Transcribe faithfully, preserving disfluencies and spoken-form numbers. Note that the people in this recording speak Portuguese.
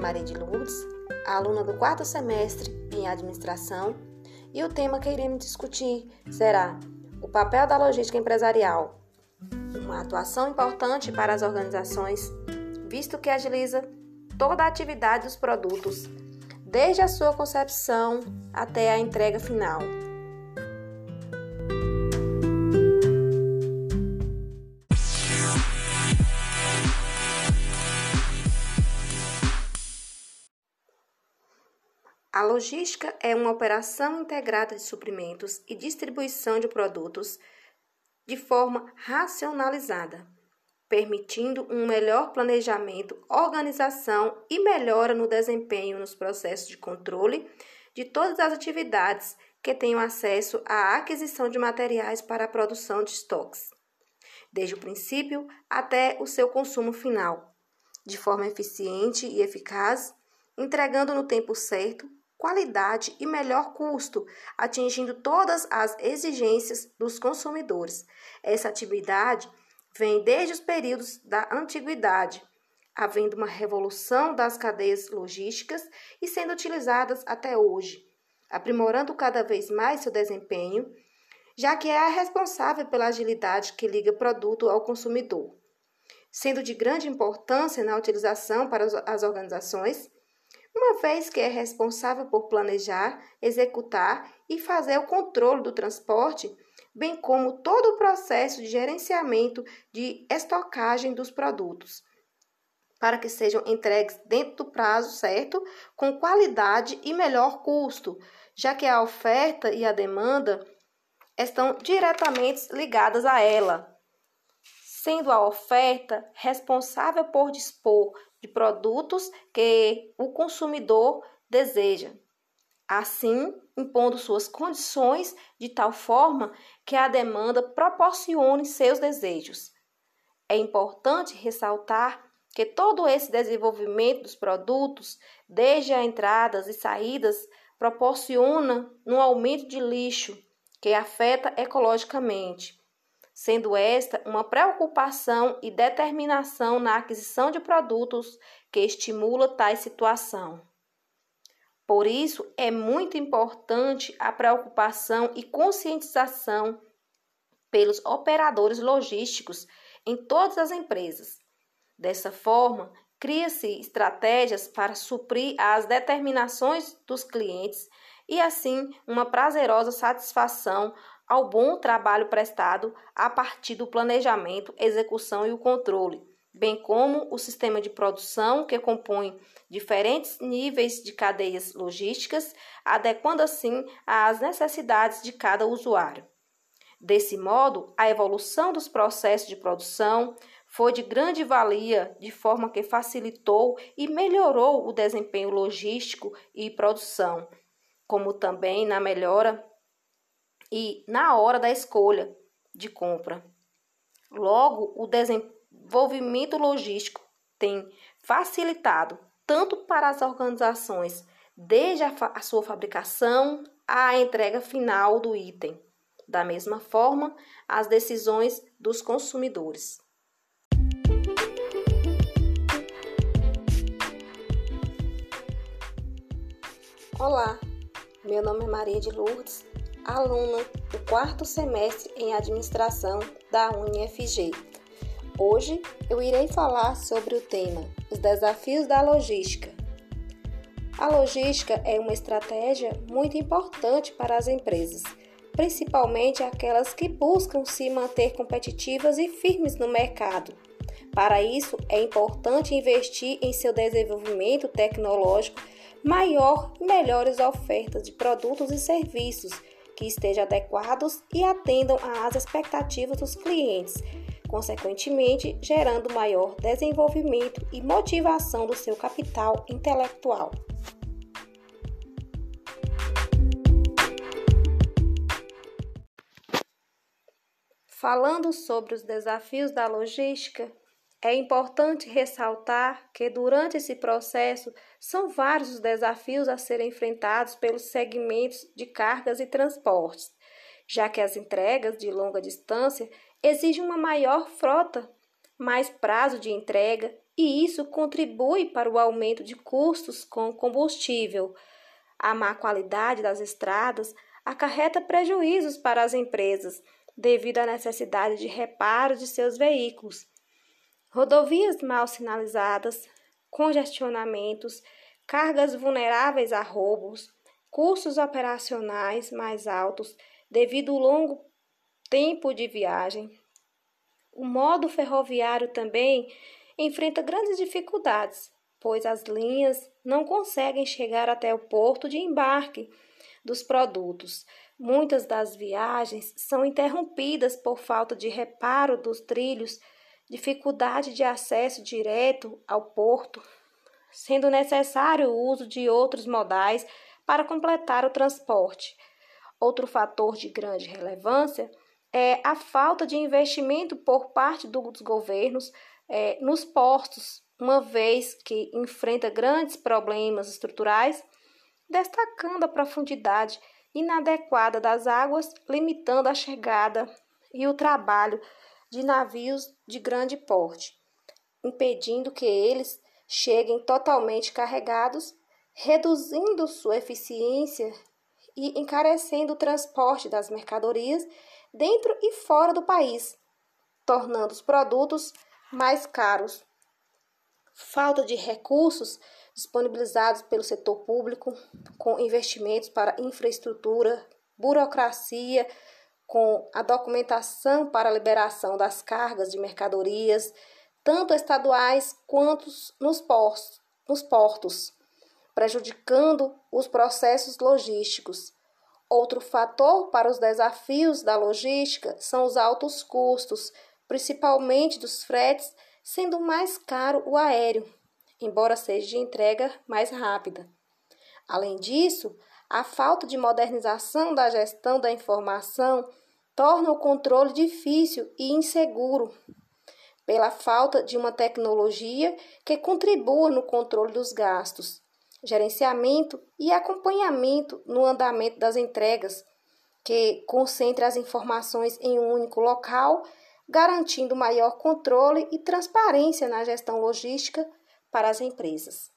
Maria de Lourdes, aluna do quarto semestre em Administração, e o tema que iremos discutir será o papel da logística empresarial, uma atuação importante para as organizações, visto que agiliza toda a atividade dos produtos, desde a sua concepção até a entrega final. A logística é uma operação integrada de suprimentos e distribuição de produtos de forma racionalizada, permitindo um melhor planejamento, organização e melhora no desempenho nos processos de controle de todas as atividades que tenham acesso à aquisição de materiais para a produção de estoques, desde o princípio até o seu consumo final, de forma eficiente e eficaz, entregando no tempo certo, qualidade e melhor custo, atingindo todas as exigências dos consumidores. Essa atividade vem desde os períodos da antiguidade, havendo uma revolução das cadeias logísticas e sendo utilizadas até hoje, aprimorando cada vez mais seu desempenho, já que é a responsável pela agilidade que liga produto ao consumidor, sendo de grande importância na utilização para as organizações, uma vez que é responsável por planejar, executar e fazer o controle do transporte, bem como todo o processo de gerenciamento de estocagem dos produtos, para que sejam entregues dentro do prazo certo, com qualidade e melhor custo, já que a oferta e a demanda estão diretamente ligadas a ela, sendo a oferta responsável por dispor de produtos que o consumidor deseja, assim impondo suas condições de tal forma que a demanda proporcione seus desejos. É importante ressaltar que todo esse desenvolvimento dos produtos, desde as entradas e saídas, proporciona um aumento de lixo que afeta ecologicamente, sendo esta uma preocupação e determinação na aquisição de produtos que estimula tais situação. Por isso, é muito importante a preocupação e conscientização pelos operadores logísticos em todas as empresas. Dessa forma, cria-se estratégias para suprir as determinações dos clientes e, assim, uma prazerosa satisfação ao bom trabalho prestado a partir do planejamento, execução e o controle, bem como o sistema de produção que compõe diferentes níveis de cadeias logísticas, adequando assim às necessidades de cada usuário. Desse modo, a evolução dos processos de produção foi de grande valia, de forma que facilitou e melhorou o desempenho logístico e produção, como também na melhora e na hora da escolha de compra. Logo, o desenvolvimento logístico tem facilitado tanto para as organizações, desde a, fa- a sua fabricação à entrega final do item. Da mesma forma, as decisões dos consumidores. Olá, meu nome é Maria de Lourdes, aluna do quarto semestre em Administração da U N F G. Hoje eu irei falar sobre o tema Os desafios da logística. A logística é uma estratégia muito importante para as empresas, principalmente aquelas que buscam se manter competitivas e firmes no mercado. Para isso, é importante investir em seu desenvolvimento tecnológico maior e melhores ofertas de produtos e serviços que estejam adequados e atendam às expectativas dos clientes, consequentemente gerando maior desenvolvimento e motivação do seu capital intelectual. Falando sobre os desafios da logística, é importante ressaltar que durante esse processo são vários os desafios a serem enfrentados pelos segmentos de cargas e transportes, já que as entregas de longa distância exigem uma maior frota mais prazo de entrega, e isso contribui para o aumento de custos com combustível. A má qualidade das estradas acarreta prejuízos para as empresas, devido à necessidade de reparo de seus veículos. Rodovias mal sinalizadas, congestionamentos, cargas vulneráveis a roubos, custos operacionais mais altos devido ao longo tempo de viagem. O modo ferroviário também enfrenta grandes dificuldades, pois as linhas não conseguem chegar até o porto de embarque dos produtos. Muitas das viagens são interrompidas por falta de reparo dos trilhos, dificuldade de acesso direto ao porto, sendo necessário o uso de outros modais para completar o transporte. Outro fator de grande relevância é a falta de investimento por parte dos governos é, nos portos, uma vez que enfrenta grandes problemas estruturais, destacando a profundidade inadequada das águas, limitando a chegada e o trabalho de navios de grande porte, impedindo que eles cheguem totalmente carregados, reduzindo sua eficiência e encarecendo o transporte das mercadorias dentro e fora do país, tornando os produtos mais caros. Falta de recursos disponibilizados pelo setor público, com investimentos para infraestrutura, burocracia, com a documentação para a liberação das cargas de mercadorias, tanto estaduais quanto nos portos, nos portos, prejudicando os processos logísticos. Outro fator para os desafios da logística são os altos custos, principalmente dos fretes, sendo mais caro o aéreo, embora seja de entrega mais rápida. Além disso, a falta de modernização da gestão da informação torna o controle difícil e inseguro, pela falta de uma tecnologia que contribua no controle dos gastos, gerenciamento e acompanhamento no andamento das entregas, que concentre as informações em um único local, garantindo maior controle e transparência na gestão logística para as empresas.